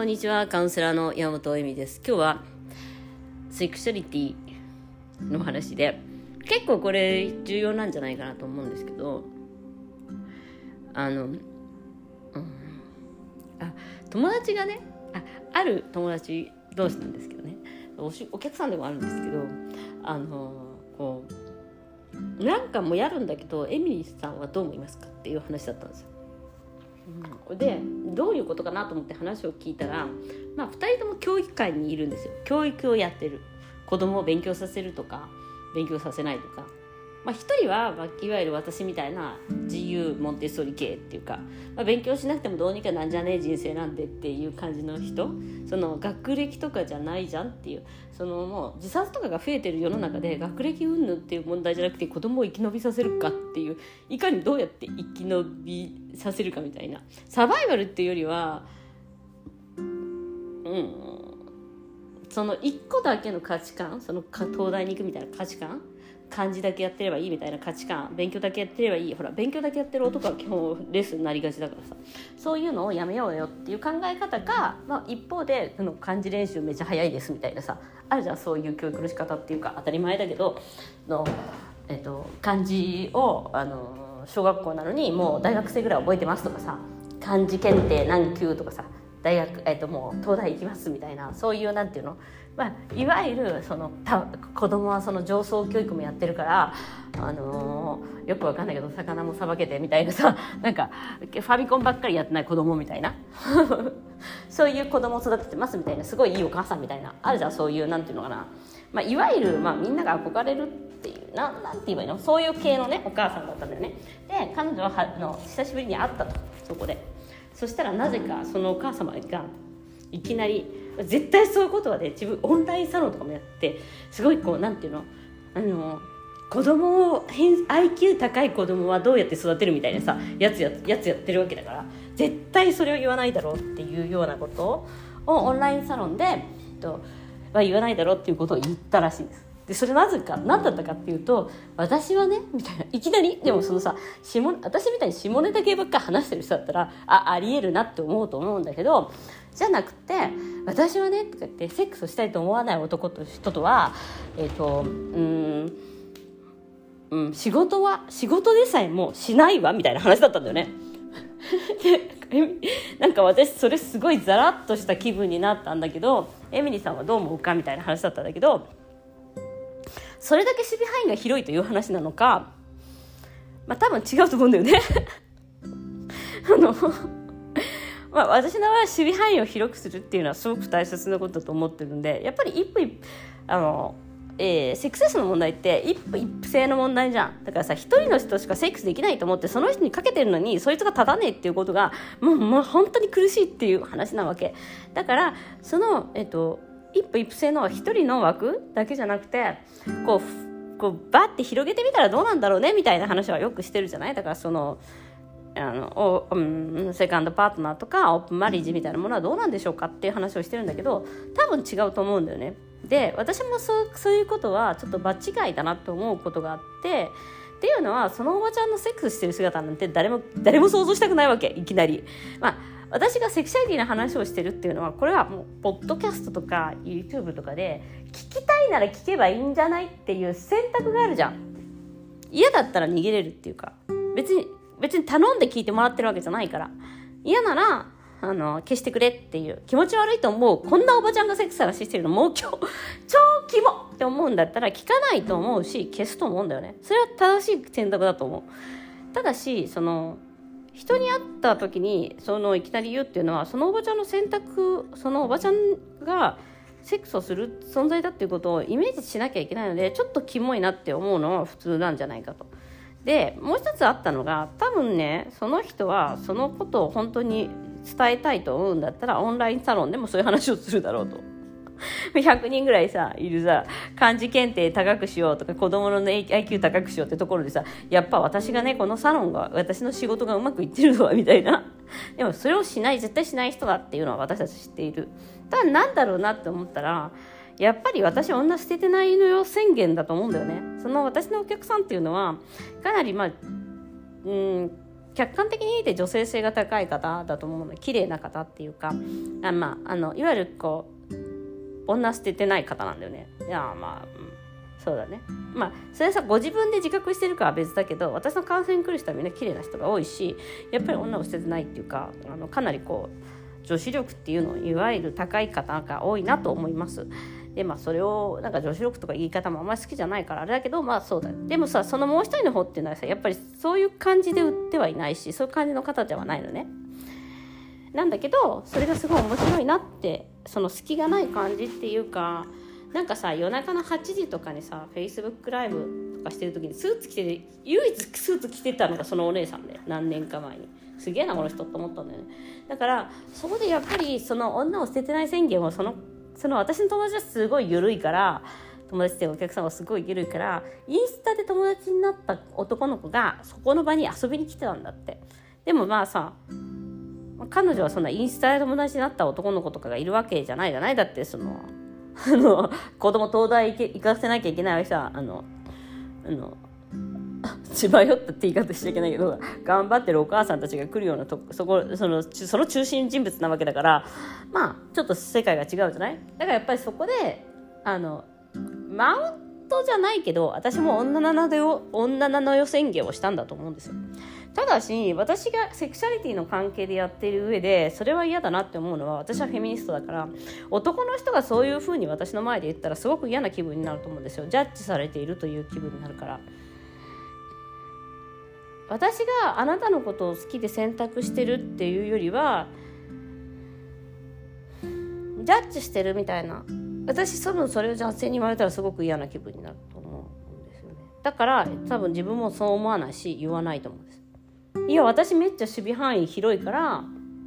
んにちは。カウンセラーの山本恵美です。今日はセクシャリティの話で、結構これ重要なんじゃないかなと思うんですけど、友達がね、ある友達同士なんですけどね、お客さんでもあるんですけど、なんかもやるんだけど、エミリーさんはどう思いますかっていう話だったんですよ。でどういうことかなと思って話を聞いたら、2人とも教育界にいるんですよ。教育をやってる、子供を勉強させるとか勉強させないとか、一人はいわゆる私みたいな自由モンテッソーリ系っていうか、勉強しなくてもどうにかなんじゃねえ人生なんでっていう感じの人、その学歴とかじゃないじゃんっていう、もう自殺とかが増えてる世の中で学歴云々っていう問題じゃなくて、子供を生き延びさせるかっていう、いかにどうやって生き延びさせるかみたいな、サバイバルっていうよりはその一個だけの価値観、東大に行くみたいな価値観、漢字だけやってればいいみたいな価値観、勉強だけやってればいい、ほら勉強だけやってる男は基本レッスンになりがちだからさ、そういうのをやめようよっていう考え方か、一方で漢字練習めっちゃ早いですみたいなさ、あるじゃん、そういう教育の仕方っていうか、当たり前だけど漢字を小学校なのにもう大学生ぐらい覚えてますとかさ、漢字検定何級とかさ、大学、もう東大行きますみたいな、そういうなんていうの、いわゆる子供は上層教育もやってるから、よくわかんないけど魚もさばけてみたいなさ、なんかファミコンばっかりやってない子供みたいなそういう子供を育ててますみたいな、すごいいいお母さんみたいな、あるじゃん、そういうなんていうのかな、いわゆる、みんなが憧れるっていうなんて言えばいいの、そういう系のねお母さんだったんだよね。で彼女は久しぶりに会ったと、そこで。そしたらなぜかそのお母様がいきなり、絶対そういうことはね、自分オンラインサロンとかもやって、すごいなんていうの、子供をIQ 高い子供はどうやって育てるみたいなさ、やつやってるわけだから、絶対それを言わないだろうっていうようなことをオンラインサロンで言わないだろうっていうことを言ったらしいんです。でそれなぜか何だったかっていうと、私はねみたいな、いきなりでも私みたいに下ネタ系ばっか話してる人だったらありえるなって思うと思うんだけど、じゃなくて、私はねとか言って、セックスをしたいと思わない男と人とは仕事でさえもしないわみたいな話だったんだよねでなんか私それすごいザラッとした気分になったんだけど、エミリーさんはどう思うかみたいな話だったんだけど、それだけ守備範囲が広いという話なのか、多分違うと思うんだよね私の場合は守備範囲を広くするっていうのはすごく大切なことだと思ってるんで、やっぱりセックスレスの問題って一夫一夫制の問題じゃん。だからさ、一人の人しかセックスできないと思ってその人にかけてるのに、そいつが立たねえっていうことがもう本当に苦しいっていう話なわけだから、一夫一夫制の一人の枠だけじゃなくて、こうバッて広げてみたらどうなんだろうねみたいな話はよくしてるじゃない。だからセカンドパートナーとかオープンマリッジみたいなものはどうなんでしょうかっていう話をしてるんだけど、多分違うと思うんだよね。で私もそういうことはちょっと場違いだなと思うことがあって、っていうのは、そのおばちゃんのセックスしてる姿なんて誰も想像したくないわけ、いきなり。私がセクシャリティな話をしてるっていうのは、これはもうポッドキャストとか YouTube とかで聞きたいなら聞けばいいんじゃないっていう選択があるじゃん。嫌だったら逃げれるっていうか、別に頼んで聞いてもらってるわけじゃないから、嫌なら消してくれっていう、気持ち悪いと思う、こんなおばちゃんがセックス話してるのもう超キモって思うんだったら聞かないと思うし、消すと思うんだよね。それは正しい選択だと思う。ただし人に会った時にいきなり言うっていうのは、そのおばちゃんの選択、そのおばちゃんがセックスをする存在だっていうことをイメージしなきゃいけないので、ちょっとキモいなって思うのは普通なんじゃないかと。でもう一つあったのが、多分ね、その人はそのことを本当に伝えたいと思うんだったら、オンラインサロンでもそういう話をするだろうと。100人ぐらいいる漢字検定高くしようとか、子供の IQ 高くしようってところでやっぱ私がね、このサロンが、私の仕事がうまくいってるのはみたいな。でもそれを絶対しない人だっていうのは私たち知っている。ただなんだろうなって思ったら、やっぱり私女捨ててないのよ宣言だと思うんだよね。私のお客さんっていうのはかなり客観的に見て女性性が高い方だと思うので、綺麗な方っていうか、いわゆるこう女捨ててない方なんだよね。いやそうだね。それはさ、ご自分で自覚してるかは別だけど、私のカウンセリング来る人はみんな綺麗な人が多いし、やっぱり女を捨ててないっていうか、かなりこう女子力っていうのをいわゆる高い方が多いなと思います。でそれをなんか女子力とか言い方もあんまり好きじゃないからあれだけど、そうだよ。でもさ、そのもう一人の方っていうのはさ、やっぱりそういう感じで売ってはいないし、そういう感じの方ではないのね。なんだけど、それがすごい面白いなって、その隙がない感じっていうか、なんかさ、夜中の8時とかにさ Facebook ライブとかしてる時にスーツ着てて、唯一スーツ着てたのがそのお姉さんで、何年か前にすげえなこの人と思ったんだよね。だからそこでやっぱりその女を捨ててない宣言をその私の友達はすごい緩いから、友達ってお客さんはすごい緩いから、インスタで友達になった男の子がそこの場に遊びに来てたんだって。でも彼女はそんなインスタで友達になった男の子とかがいるわけじゃないじゃない。だって子供東大行かせなきゃいけないさ、千葉寄ったって言い方しちゃいけないけど、頑張ってるお母さんたちが来るようなとこ、その中心人物なわけだから、ちょっと世界が違うじゃない。だからやっぱりそこでマウントじゃないけど、私も女なのよ宣言をしたんだと思うんですよ。ただし私がセクシャリティの関係でやっている上でそれは嫌だなって思うのは、私はフェミニストだから、男の人がそういう風に私の前で言ったらすごく嫌な気分になると思うんですよ。ジャッジされているという気分になるから。私があなたのことを好きで選択してるっていうよりは、ジャッジしてるみたいな、私多分それを男性に言われたらすごく嫌な気分になると思うんですよね。だから多分自分もそう思わないし言わないと思うんです。いや私めっちゃ守備範囲広いから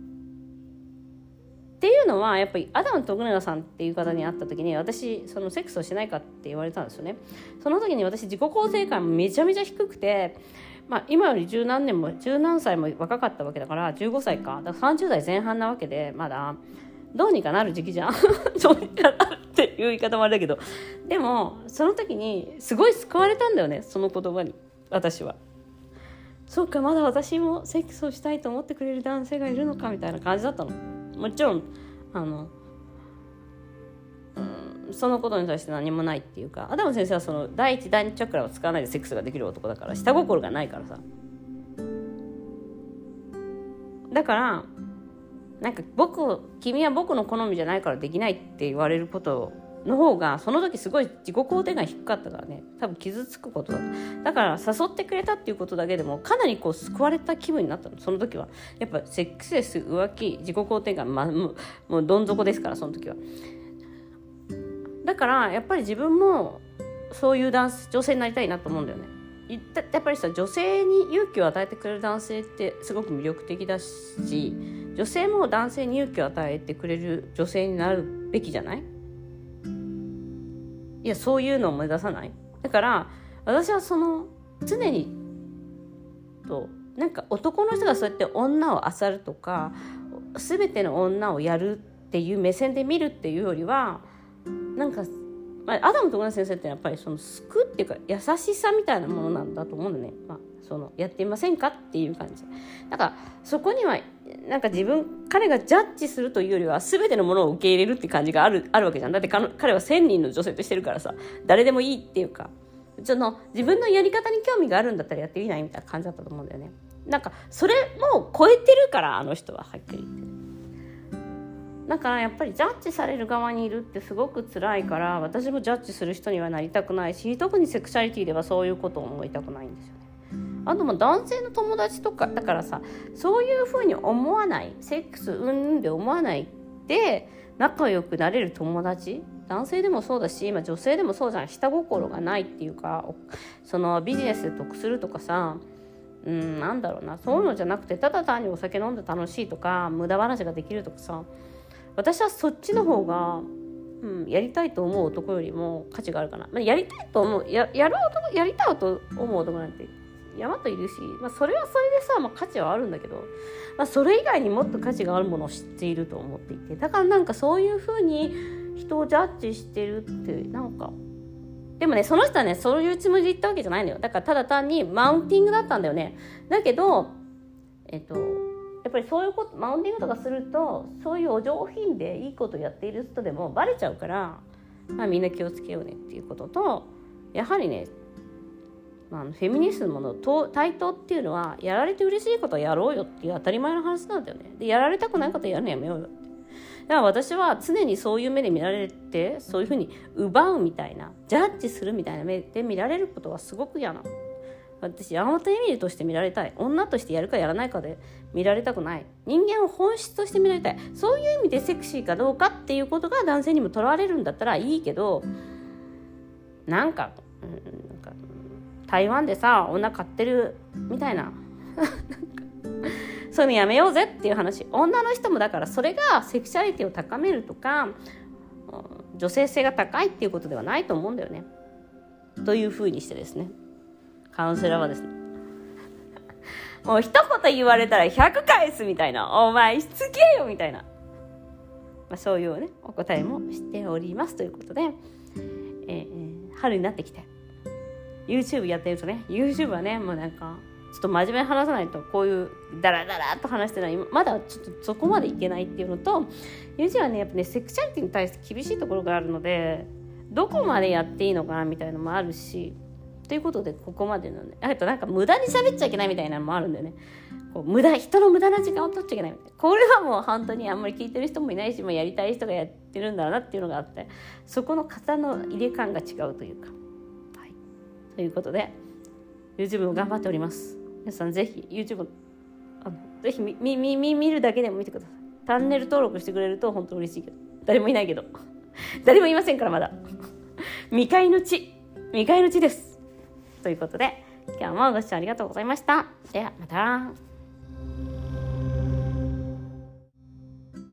っていうのは、やっぱりアダム・トグネガさんっていう方に会った時に、私そのセックスをしないかって言われたんですよね。その時に私自己肯定感もめちゃめちゃ低くて、今より十何歳も若かったわけだから、15歳か、だから30代前半なわけで、まだどうにかなる時期じゃんどうにかなるっていう言い方もあれだけど、でもその時にすごい救われたんだよね、その言葉に。私はそうか、まだ私もセックスをしたいと思ってくれる男性がいるのかみたいな感じだったの。もちろんそのことに対して何もないっていうか、アダム先生はその第一第二チャクラを使わないでセックスができる男だから、下心がないからさ。だからなんか君は僕の好みじゃないからできないって言われることの方が、その時すごい自己肯定感低かったからね、多分傷つくことだった。だから誘ってくれたっていうことだけでもかなりこう救われた気分になったの。その時はやっぱセックスレス、浮気、自己肯定感、もうどん底ですから、その時は。だからやっぱり自分もそういう女性になりたいなと思うんだよね。やっぱりさ、女性に勇気を与えてくれる男性ってすごく魅力的だし、女性も男性に勇気を与えてくれる女性になるべきじゃない？いや、そういうのを目指さない？だから私はその常になんか男の人がそうやって女を漁るとか、全ての女をやるっていう目線で見るっていうよりは、なんかアダムとグネ先生ってやっぱりその救っていうか優しさみたいなものなんだと思うんだね。そのやってみませんかっていう感じだから、そこにはなんか彼がジャッジするというよりは全てのものを受け入れるって感じがあるわけじゃん。だって彼は1000人の女性としてるからさ、誰でもいいっていうか、自分のやり方に興味があるんだったらやってみないみたいな感じだったと思うんだよね。なんかそれも超えてるから、あの人ははっきり言って。だからやっぱりジャッジされる側にいるってすごく辛いから、私もジャッジする人にはなりたくないし、特にセクシャリティではそういうことを思いたくないんですよね。あとも男性の友達とかだからさ、そういう風に思わない、セックスうんぬんで思わないで仲良くなれる友達、男性でもそうだし、今女性でもそうじゃん。下心がないっていうか、そのビジネスで得するとかさ、なんだろうな、そういうのじゃなくて、ただ単にお酒飲んで楽しいとか無駄話ができるとかさ、私はそっちの方が、やりたいと思う男よりも価値があるかな。やりたいと思う、やりたいと思う男なんて山といるし、それはそれでさ、価値はあるんだけど、それ以外にもっと価値があるものを知っていると思っていて、だからなんかそういう風に人をジャッジしてるって、なんかでもね、その人はね、そういうつもりで言ったわけじゃないのよ。だからただ単にマウンティングだったんだよね。だけどやっぱりそういうことマウンティングとかするとそういうお上品でいいことをやっている人でもバレちゃうから、みんな気をつけようねっていうことと、やはりね、フェミニズムの対等っていうのはやられて嬉しいことはやろうよっていう当たり前の話なんだよね。でやられたくないことやるのやめようよって。だから私は常にそういう目で見られて、そういうふうに奪うみたいな、ジャッジするみたいな目で見られることはすごく嫌なの。私山本エミリとして見られたい。女としてやるかやらないかで見られたくない。人間を本質として見られたい。そういう意味でセクシーかどうかっていうことが男性にもとらわれるんだったらいいけど、なんか台湾でさ女買ってるみたいなそういうのやめようぜっていう話。女の人もだからそれがセクシャリティを高めるとか女性性が高いっていうことではないと思うんだよね。というふうにしてですね、カウンセラーはですねもう一言言われたら100返すみたいな、お前しつけよみたいな、そういうねお答えもしておりますということで、春になってきて YouTube やってるとね、 YouTube はねもうなんかちょっと真面目に話さないとこういうダラダラっと話してるのはまだちょっとそこまでいけないっていうのと、 YouTube はねやっぱねセクシャリティに対して厳しいところがあるので、どこまでやっていいのかなみたいなのもあるし、ということでここまでのね、あとなんか無駄に喋っちゃいけないみたいなのもあるんだよね。こう人の無駄な時間を取っちゃいけないみたいな。これはもう本当にあんまり聞いてる人もいないし、やりたい人がやってるんだなっていうのがあって、そこの型の入れ感が違うというか、はい、ということで YouTube も頑張っております。皆さんぜひ YouTube ぜひ見るだけでも見てください。チャンネル登録してくれると本当嬉しいけど、誰もいないけど誰もいませんからまだ未開の地ですということで、今日もご視聴ありがとうございました。ではまた。